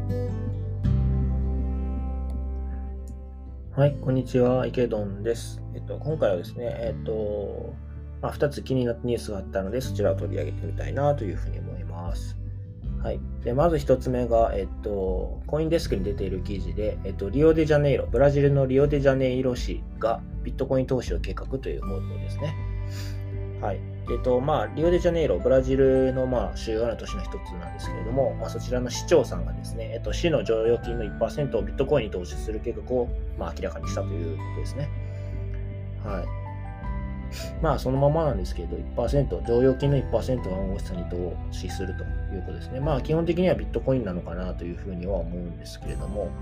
はい、こんにちは、池ドンです。今回はですね、2つ気になったニュースがあったので、そちらを取り上げてみたいなというふうに思います。はい。で、まず一つ目が、コインデスクに出ている記事で、リオデジャネイロ、ブラジルのリオデジャネイロ市がビットコイン投資を計画という報道ですね。はい。リオデジャネイロ、ブラジルの主要な都市の一つなんですけれども、そちらの市長さんがですね、市の剰余金の 1% をビットコインに投資する計画を、明らかにしたということですね。はい。そのままなんですけど、1%、剰余金の 1% を暗号資産に投資するということですね。基本的にはビットコインなのかなというふうには思うんですけれども、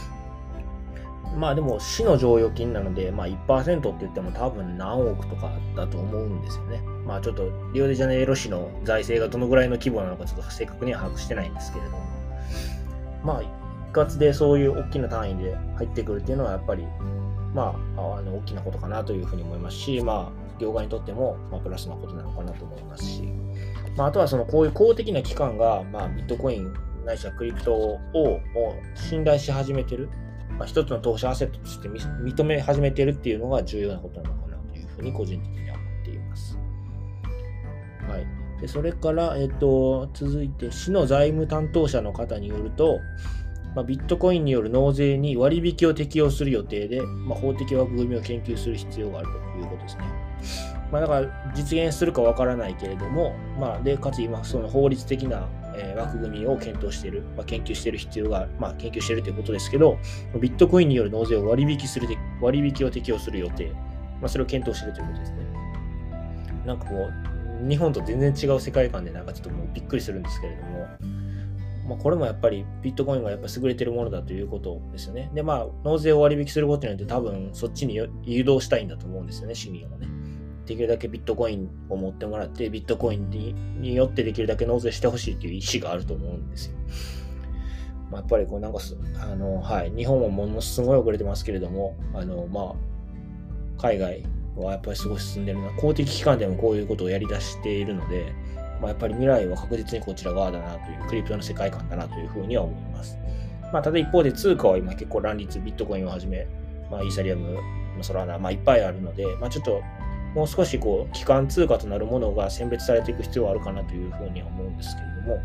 でも市の剰余金なので、1% って言っても多分何億とかだと思うんですよね。ちょっとリオデジャネイロ市の財政がどのぐらいの規模なのかちょっと正確には把握してないんですけれども、一括でそういう大きな単位で入ってくるっていうのはやっぱり、大きなことかなというふうに思いますし、業界にとっても、プラスなことなのかなと思いますし、あとはこういう公的な機関が、ビットコインないしはクリプトを信頼し始めてる、一つの投資アセットとして認め始めているっていうのが重要なことなのかなというふうに個人的には思っています。はい。でそれから、続いて市の財務担当者の方によると、ビットコインによる納税に割引を適用する予定で、法的枠組みを研究する必要があるということですね。だから実現するかわからないけれども、でかつ今その法律的な枠組みを検討している、研究している必要が、研究しているということですけど、ビットコインによる納税を割引を適用する予定、それを検討しているということですね。なんかこう、日本と全然違う世界観でなんかちょっともうびっくりするんですけれども、これもやっぱりビットコインがやっぱ優れてるものだということですよね。で、納税を割引することによって多分そっちに誘導したいんだと思うんですよね、市民をね。できるだけビットコインを持ってもらって、ビットコインによってできるだけ納税してほしいという意思があると思うんですよ。やっぱりこうなんか日本もものすごい遅れてますけれども、海外はやっぱりすごい進んでるな。公的機関でもこういうことをやり出しているので、やっぱり未来は確実にこちら側だなという、クリプトの世界観だなというふうには思います。ただ一方で通貨は今結構乱立、ビットコインをはじめ、イーサリアム、ソラーナ、いっぱいあるので、ちょっともう少しこう、基幹通貨となるものが選別されていく必要はあるかなというふうには思うんですけれ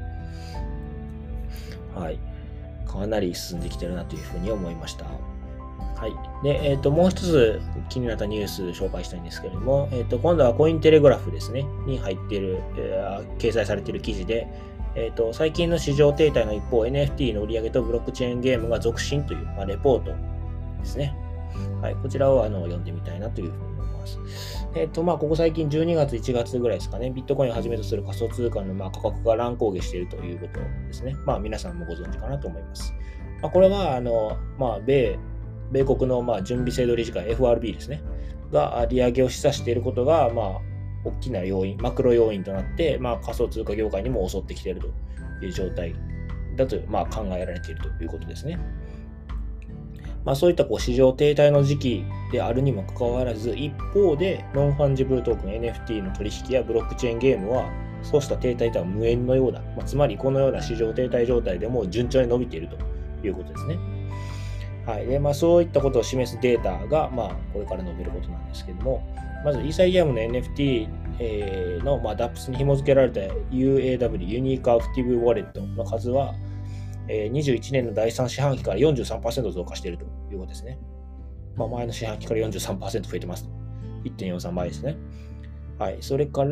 ども、はい。かなり進んできてるなというふうに思いました。はい。で、もう一つ気になったニュース紹介したいんですけれども、今度はコインテレグラフですね、に入っている、掲載されている記事で、最近の市場停滞の一方、NFT の売上とブロックチェーンゲームが続伸という、レポートですね。はい。こちらを読んでみたいなというふうに思います。ここ最近12月、1月ぐらいですかね、ビットコインをはじめとする仮想通貨の価格が乱高下しているということですね。皆さんもご存知かなと思います。これは、米国の準備制度理事会 FRB ですねが利上げを示唆していることが大きな要因、マクロ要因となって仮想通貨業界にも襲ってきているという状態だと考えられているということですね。そういった市場停滞の時期であるにもかかわらず、一方でノンファンジブルトークン NFT の取引やブロックチェーンゲームはそうした停滞とは無縁のようだ、つまりこのような市場停滞状態でも順調に伸びているということですね。はい。で、そういったことを示すデータが、これから述べることなんですけども、まず、イーサリアムの NFT、の、DApps に紐付けられた UAW、ユニークアクティブウォレットの数は、21年の第3四半期から 43% 増加しているということですね。前の四半期から 43% 増えてます。1.43 倍ですね。はい。それから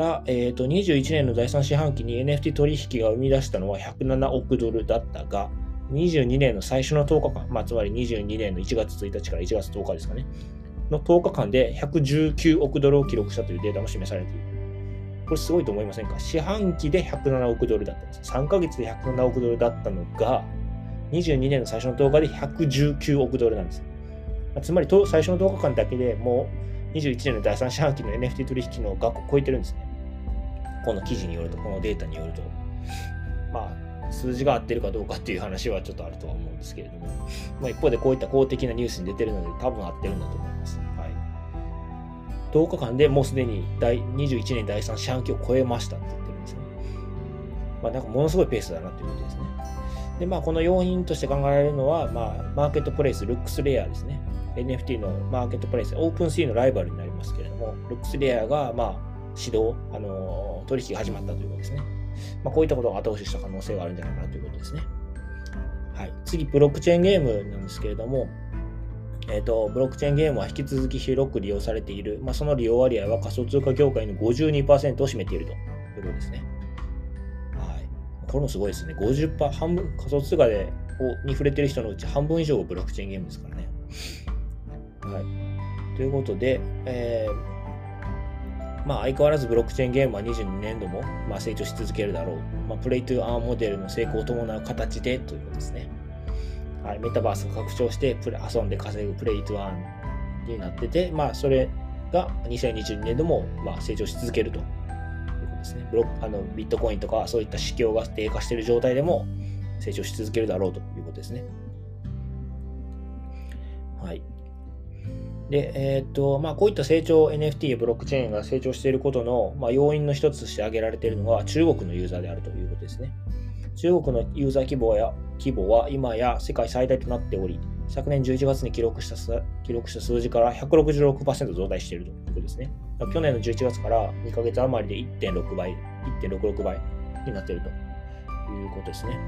、21年の第3四半期に NFT 取引が生み出したのは107億ドルだったが、22年の最初の10日間、つまり22年の1月1日から1月10日ですかね、の10日間で119億ドルを記録したというデータも示されている。これすごいと思いませんか？四半期で107億ドルだったんです。3ヶ月で107億ドルだったのが、22年の最初の10日で119億ドルなんです。つまり最初の10日間だけでもう21年の第3四半期の NFT 取引の額を超えてるんですね。この記事によると、このデータによると。数字が合ってるかどうかっていう話はちょっとあるとは思うんですけれども、一方でこういった公的なニュースに出てるので多分合ってるんだと思います。はい。10日間でもうすでに21年第3四半期を超えましたって言ってるんですね。なんかものすごいペースだなということですね。 で、この要因として考えられるのは、マーケットプレイス、ルックスレアですね。NFT のマーケットプレイス、オープンシーのライバルになりますけれども、ルックスレアが、指導、取引が始まったということですね。こういったことが後押しした可能性があるんじゃないかなということですね。はい。次、ブロックチェーンゲームなんですけれども、ブロックチェーンゲームは引き続き広く利用されている。その利用割合は仮想通貨業界の 52% を占めているということですね。はい。これもすごいですね。50%、半分、仮想通貨に触れている人のうち半分以上がブロックチェーンゲームですからね。はい。ということで、相変わらずブロックチェーンゲームは22年度も成長し続けるだろう。プレイトゥーアーンモデルの成功を伴う形でということですね。はい、メタバースが拡張して遊んで稼ぐプレイトゥーアーンになってて、それが2022年度も成長し続けるということですね。ビットコインとかそういった市況が低下している状態でも成長し続けるだろうということですね。はい。で、こういった成長 NFT やブロックチェーンが成長していることの、要因の一つとして挙げられているのが中国のユーザーであるということですね。中国のユーザー規模は今や世界最大となっており、昨年11月に記録した数字から 166% 増大しているということですね。去年の11月から2ヶ月余りで 1.66 倍になっているということですね。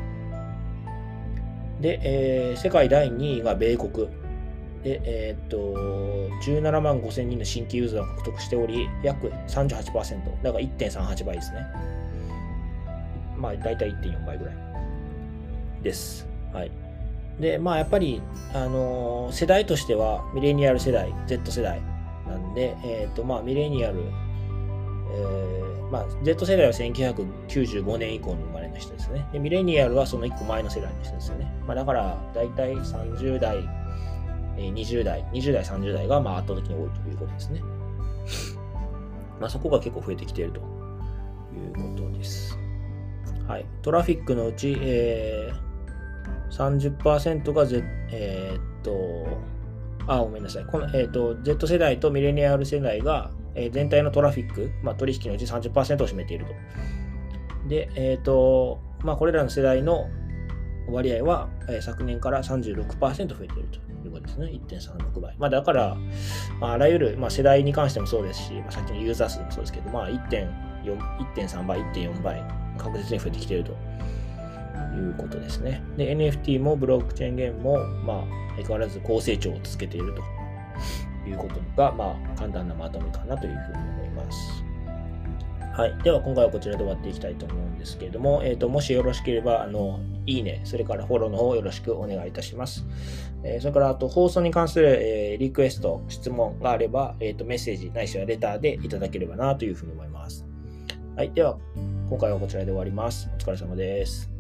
で、世界第2位が米国。で、17万5千人の新規ユーザーを獲得しており、約 38%、だから 1.38 倍ですね。だいたい 1.4 倍ぐらいです。はい。で、やっぱり、世代としては、ミレニアル世代、Z 世代なんで、ミレニアル、Z 世代は1995年以降の生まれの人ですね。で、ミレニアルはその1個前の世代の人ですよね。だから、だいたい30代、20代、30代が圧倒的に多いということですね。そこが結構増えてきているということです。はい。トラフィックのうち、30% がごめんなさい。Z 世代とミレニアル世代が、全体のトラフィック、取引のうち 30% を占めていると。で、これらの世代の割合は、昨年から 36% 増えているということですね。1.36 倍。だから、あらゆる、世代に関してもそうですし、さっきのユーザー数もそうですけど、1.3 倍、1.4倍、確実に増えてきているということですね。で、NFT もブロックチェーンゲームも、相変わらず高成長を続けているということが、簡単なまとめかなというふうに思います。はい。では、今回はこちらで終わっていきたいと思うんですけれども、もしよろしければ、いいね、それからフォローの方よろしくお願いいたします。それから、あと、放送に関する、リクエスト、質問があれば、メッセージ、ないしはレターでいただければなというふうに思います。はい。では、今回はこちらで終わります。お疲れ様です。